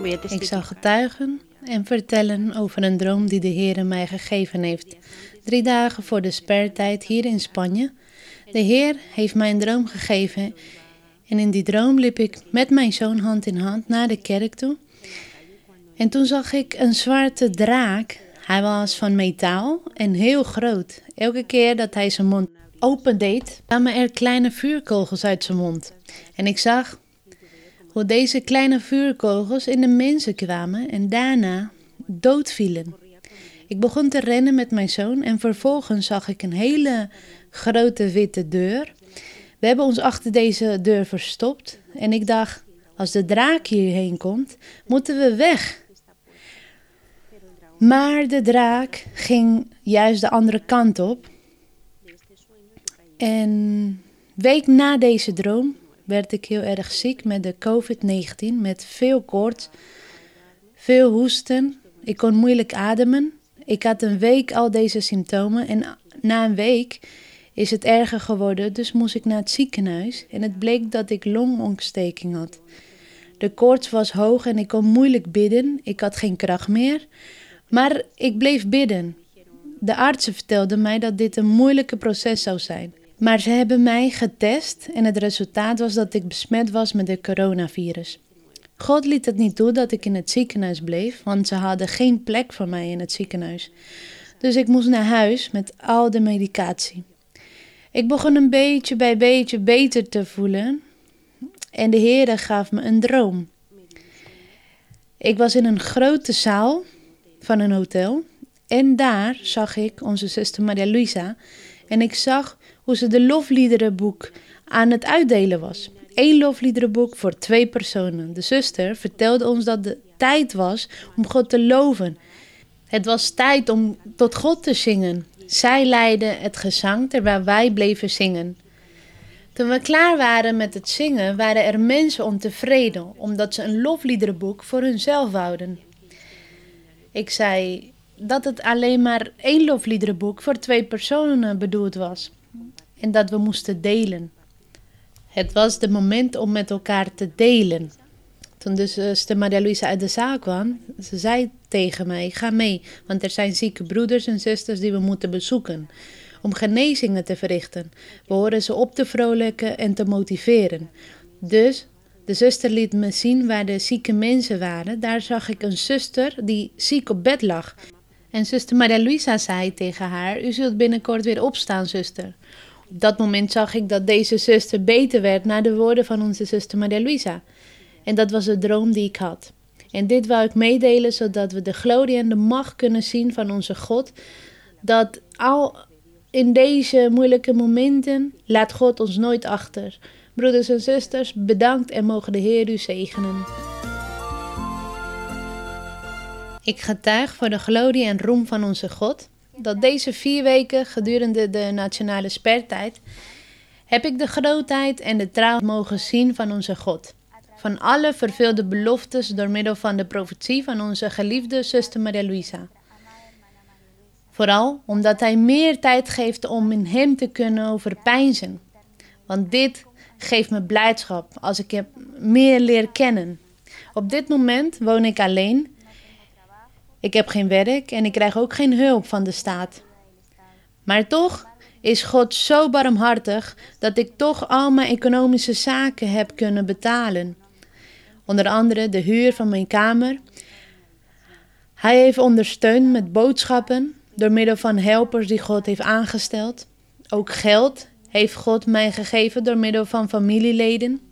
Ik zal getuigen en vertellen over een droom die de Heer mij gegeven heeft. 3 dagen voor de spertijd hier in Spanje. De Heer heeft mij een droom gegeven en in die droom liep ik met mijn zoon hand in hand naar de kerk toe. En toen zag ik een zwarte draak. Hij was van metaal en heel groot. Elke keer dat hij zijn mond opendeed, kwamen er kleine vuurkogels uit zijn mond. En ik zag hoe deze kleine vuurkogels in de mensen kwamen en daarna doodvielen. Ik begon te rennen met mijn zoon en vervolgens zag ik een hele grote witte deur. We hebben ons achter deze deur verstopt en ik dacht, als de draak hierheen komt, moeten we weg. Maar de draak ging juist de andere kant op. En een week na deze droom werd ik heel erg ziek met de COVID-19, met veel koorts, veel hoesten. Ik kon moeilijk ademen. Ik had een week al deze symptomen en na een week is het erger geworden, dus moest ik naar het ziekenhuis en het bleek dat ik longontsteking had. De koorts was hoog en ik kon moeilijk bidden, ik had geen kracht meer, maar ik bleef bidden. De artsen vertelden mij dat dit een moeilijke proces zou zijn. Maar ze hebben mij getest en het resultaat was dat ik besmet was met het coronavirus. God liet het niet toe dat ik in het ziekenhuis bleef, want ze hadden geen plek voor mij in het ziekenhuis. Dus ik moest naar huis met al de medicatie. Ik begon een beetje bij beetje beter te voelen en de Heer gaf me een droom. Ik was in een grote zaal van een hotel en daar zag ik onze zuster Maria Luisa en ik zag hoe ze de lofliederenboek aan het uitdelen was. 1 lofliederenboek voor 2 personen. De zuster vertelde ons dat het tijd was om God te loven. Het was tijd om tot God te zingen. Zij leidde het gezang terwijl wij bleven zingen. Toen we klaar waren met het zingen, waren er mensen ontevreden, omdat ze een lofliederenboek voor hunzelf wouden. Ik zei dat het alleen maar 1 lofliederenboek voor 2 personen bedoeld was. En dat we moesten delen. Het was het moment om met elkaar te delen. Toen dus zuster Maria Luisa uit de zaal kwam, ze zei tegen mij, ga mee, want er zijn zieke broeders en zusters die we moeten bezoeken. Om genezingen te verrichten. We horen ze op te vrolijken en te motiveren. Dus de zuster liet me zien waar de zieke mensen waren. Daar zag ik een zuster die ziek op bed lag. En zuster Maria Luisa zei tegen haar, u zult binnenkort weer opstaan, zuster. Op dat moment zag ik dat deze zuster beter werd naar de woorden van onze zuster Maria Luisa. En dat was de droom die ik had. En dit wou ik meedelen, zodat we de glorie en de macht kunnen zien van onze God. Dat al in deze moeilijke momenten laat God ons nooit achter. Broeders en zusters, bedankt en mogen de Heer u zegenen. Ik getuig voor de glorie en roem van onze God, dat deze 4 weken gedurende de nationale spertijd heb ik de grootheid en de trouw mogen zien van onze God. Van alle vervulde beloftes door middel van de profetie van onze geliefde zuster Maria Luisa. Vooral omdat hij meer tijd geeft om in hem te kunnen overpeinzen. Want dit geeft me blijdschap als ik hem meer leer kennen. Op dit moment woon ik alleen. Ik heb geen werk en ik krijg ook geen hulp van de staat. Maar toch is God zo barmhartig dat ik toch al mijn economische zaken heb kunnen betalen. Onder andere de huur van mijn kamer. Hij heeft ondersteund met boodschappen door middel van helpers die God heeft aangesteld. Ook geld heeft God mij gegeven door middel van familieleden.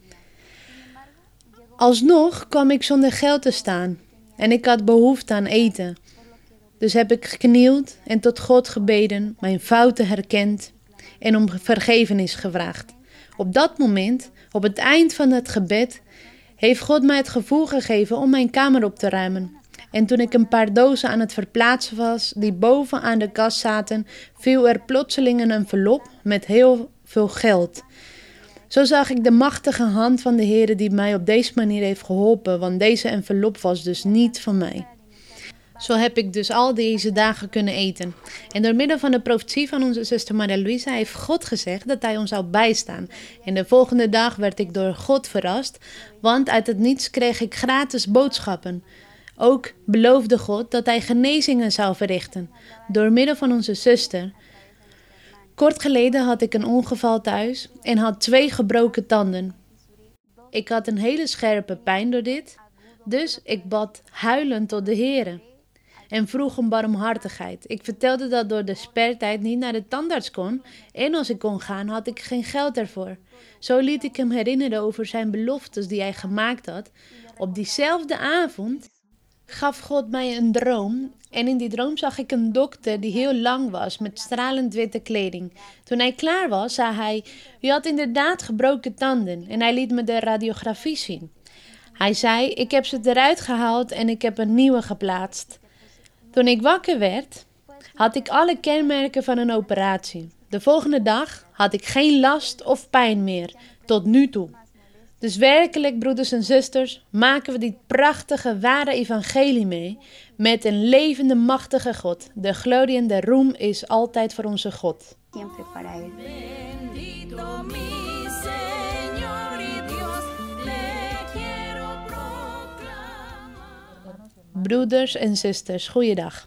Alsnog kwam ik zonder geld te staan en ik had behoefte aan eten. Dus heb ik geknield en tot God gebeden, mijn fouten herkend en om vergiffenis gevraagd. Op dat moment, op het eind van het gebed, heeft God mij het gevoel gegeven om mijn kamer op te ruimen. En toen ik een paar dozen aan het verplaatsen was die boven aan de kast zaten, viel er plotseling een envelop met heel veel geld. Zo zag ik de machtige hand van de Heer die mij op deze manier heeft geholpen, want deze envelop was dus niet van mij. Zo heb ik dus al deze dagen kunnen eten. En door middel van de profetie van onze zuster Maria Luisa heeft God gezegd dat hij ons zou bijstaan. En de volgende dag werd ik door God verrast, want uit het niets kreeg ik gratis boodschappen. Ook beloofde God dat hij genezingen zou verrichten, door middel van onze zuster. Kort geleden had ik een ongeval thuis en had 2 gebroken tanden. Ik had een hele scherpe pijn door dit, dus ik bad huilend tot de Heere en vroeg om barmhartigheid. Ik vertelde dat door de spertijd niet naar de tandarts kon en als ik kon gaan had ik geen geld ervoor. Zo liet ik hem herinneren over zijn beloftes die hij gemaakt had. Op diezelfde avond gaf God mij een droom en in die droom zag ik een dokter die heel lang was met stralend witte kleding. Toen hij klaar was, zei hij: "U had inderdaad gebroken tanden" en hij liet me de radiografie zien. Hij zei: "Ik heb ze eruit gehaald en ik heb een nieuwe geplaatst." Toen ik wakker werd, had ik alle kenmerken van een operatie. De volgende dag had ik geen last of pijn meer, tot nu toe. Dus werkelijk, broeders en zusters, maken we dit prachtige, ware evangelie mee met een levende, machtige God. De glorie en de roem is altijd voor onze God. Broeders en zusters, goeiedag.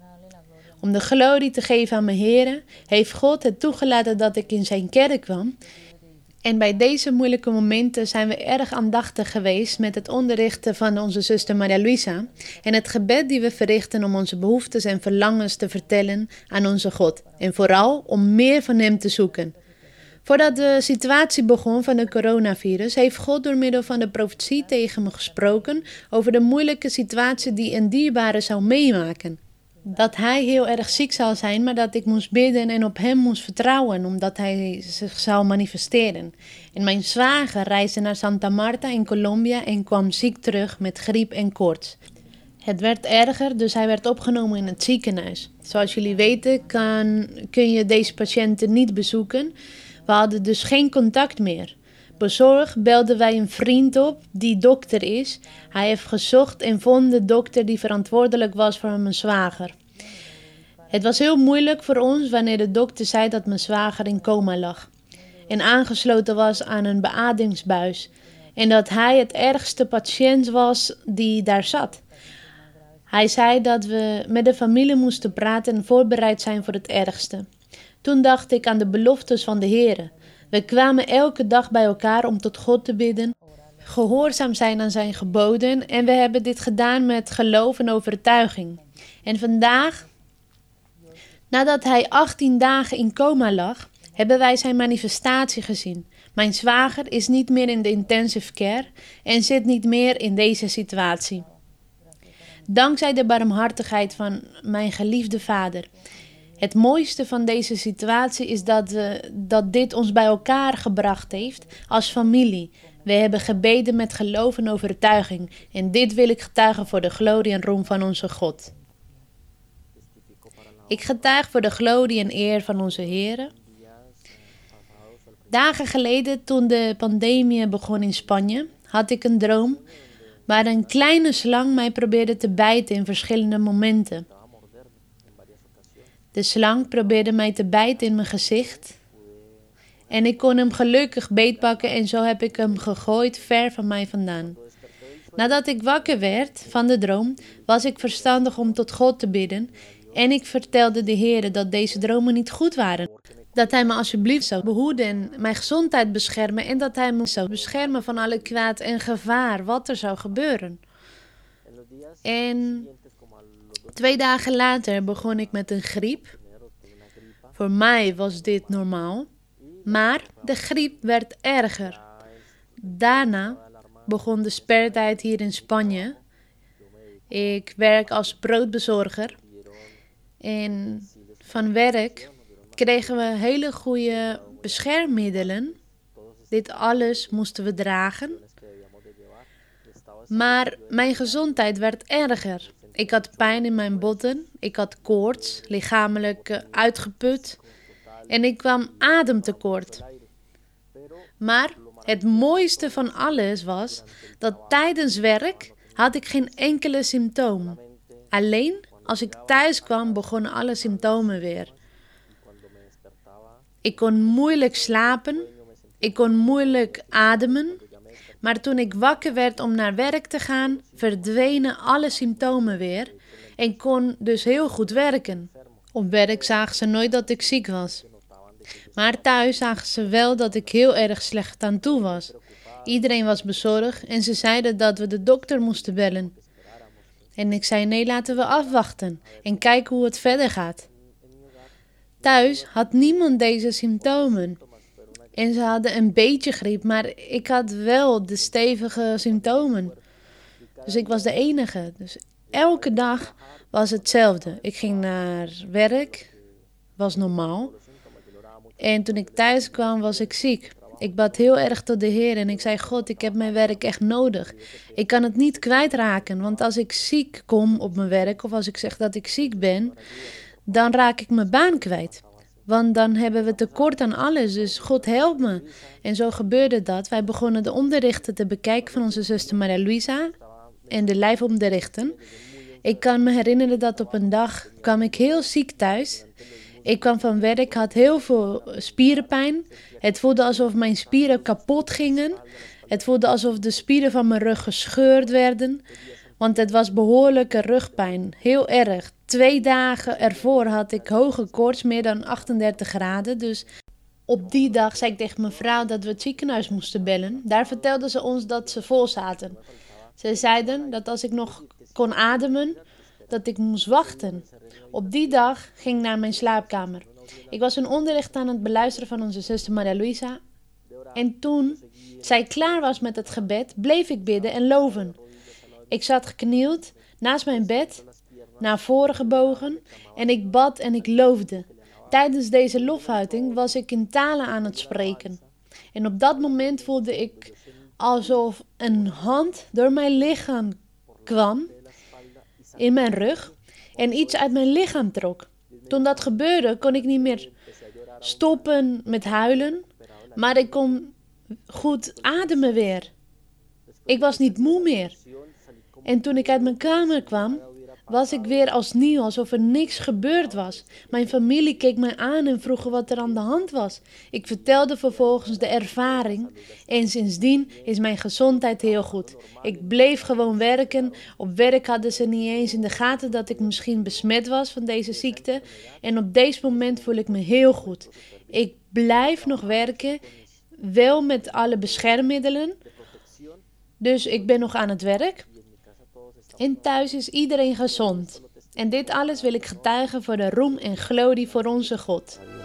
Om de glorie te geven aan mijn Heere, heeft God het toegelaten dat ik in zijn kerk kwam. En bij deze moeilijke momenten zijn we erg aandachtig geweest met het onderrichten van onze zuster Maria Luisa en het gebed die we verrichten om onze behoeftes en verlangens te vertellen aan onze God. En vooral om meer van hem te zoeken. Voordat de situatie begon van het coronavirus, heeft God door middel van de profetie tegen me gesproken over de moeilijke situatie die een dierbare zou meemaken. Dat hij heel erg ziek zou zijn, maar dat ik moest bidden en op hem moest vertrouwen, omdat hij zich zou manifesteren. En mijn zwager reisde naar Santa Marta in Colombia en kwam ziek terug met griep en koorts. Het werd erger, dus hij werd opgenomen in het ziekenhuis. Zoals jullie weten kun je deze patiënten niet bezoeken. We hadden dus geen contact meer. Bezorgd belden wij een vriend op die dokter is. Hij heeft gezocht en vond de dokter die verantwoordelijk was voor mijn zwager. Het was heel moeilijk voor ons wanneer de dokter zei dat mijn zwager in coma lag en aangesloten was aan een beademingsbuis en dat hij het ergste patiënt was die daar zat. Hij zei dat we met de familie moesten praten en voorbereid zijn voor het ergste. Toen dacht ik aan de beloftes van de Heere. We kwamen elke dag bij elkaar om tot God te bidden, gehoorzaam zijn aan zijn geboden en we hebben dit gedaan met geloof en overtuiging. En vandaag, nadat hij 18 dagen in coma lag, hebben wij zijn manifestatie gezien. Mijn zwager is niet meer in de intensive care en zit niet meer in deze situatie. Dankzij de barmhartigheid van mijn geliefde vader. Het mooiste van deze situatie is dat dit ons bij elkaar gebracht heeft als familie. We hebben gebeden met geloof en overtuiging. En dit wil ik getuigen voor de glorie en roem van onze God. Ik getuig voor de glorie en eer van onze Heere. Dagen geleden, toen de pandemie begon in Spanje, had ik een droom waar een kleine slang mij probeerde te bijten in verschillende momenten. De slang probeerde mij te bijten in mijn gezicht en ik kon hem gelukkig beetpakken en zo heb ik hem gegooid ver van mij vandaan. Nadat ik wakker werd van de droom, was ik verstandig om tot God te bidden en ik vertelde de Heere dat deze dromen niet goed waren. Dat hij me alsjeblieft zou behoeden en mijn gezondheid beschermen en dat hij me zou beschermen van alle kwaad en gevaar wat er zou gebeuren. En 2 dagen later begon ik met een griep. Voor mij was dit normaal, maar de griep werd erger. Daarna begon de spertijd hier in Spanje. Ik werk als broodbezorger en van werk kregen we hele goede beschermmiddelen. Dit alles moesten we dragen. Maar mijn gezondheid werd erger. Ik had pijn in mijn botten, ik had koorts, lichamelijk uitgeput en ik kwam ademtekort. Maar het mooiste van alles was dat tijdens werk had ik geen enkele symptoom. Alleen Als ik thuis kwam, begonnen alle symptomen weer. Ik kon moeilijk slapen. Ik kon moeilijk ademen. Maar toen ik wakker werd om naar werk te gaan, verdwenen alle symptomen weer. En kon dus heel goed werken. Op werk zagen ze nooit dat ik ziek was. Maar thuis zagen ze wel dat ik heel erg slecht aan toe was. Iedereen was bezorgd en ze zeiden dat we de dokter moesten bellen. En ik zei nee, laten we afwachten en kijken hoe het verder gaat. Thuis had niemand deze symptomen. En ze hadden een beetje griep, maar ik had wel de stevige symptomen. Dus ik was de enige. Dus elke dag was hetzelfde. Ik ging naar werk, was normaal. En toen ik thuis kwam, was ik ziek. Ik bad heel erg tot de Heer en ik zei, God, ik heb mijn werk echt nodig. Ik kan het niet kwijtraken, want als ik ziek kom op mijn werk of als ik zeg dat ik ziek ben, dan raak ik mijn baan kwijt. Want dan hebben we tekort aan alles, dus God help me. En zo gebeurde dat. Wij begonnen de onderrichten te bekijken van onze zuster Maria Luisa en de lijfonderrichten. Ik kan me herinneren dat op een dag kwam ik heel ziek thuis. Ik kwam van werk, had heel veel spierenpijn. Het voelde alsof mijn spieren kapot gingen. Het voelde alsof de spieren van mijn rug gescheurd werden. Want het was behoorlijke rugpijn, heel erg. 2 dagen ervoor had ik hoge koorts, meer dan 38 graden. Dus op die dag zei ik tegen mijn vrouw dat we het ziekenhuis moesten bellen. Daar vertelden ze ons dat ze vol zaten. Ze zeiden dat als ik nog kon ademen, dat ik moest wachten. Op die dag ging ik naar mijn slaapkamer. Ik was een onderricht aan het beluisteren van onze zuster Maria Luisa. En toen zij klaar was met het gebed, bleef ik bidden en loven. Ik zat geknield naast mijn bed, naar voren gebogen en ik bad en ik loofde. Tijdens deze lofhuiting was ik in talen aan het spreken. En op dat moment voelde ik alsof een hand door mijn lichaam kwam, in mijn rug, en iets uit mijn lichaam trok. Toen dat gebeurde, kon ik niet meer stoppen met huilen, maar ik kon goed ademen weer. Ik was niet moe meer. En toen ik uit mijn kamer kwam, was ik weer als nieuw, alsof er niks gebeurd was. Mijn familie keek mij aan en vroeg wat er aan de hand was. Ik vertelde vervolgens de ervaring en sindsdien is mijn gezondheid heel goed. Ik bleef gewoon werken. Op werk hadden ze niet eens in de gaten dat ik misschien besmet was van deze ziekte. En op deze moment voel ik me heel goed. Ik blijf nog werken, wel met alle beschermmiddelen. Dus ik ben nog aan het werk. En thuis is iedereen gezond. En dit alles wil ik getuigen voor de roem en glorie voor onze God.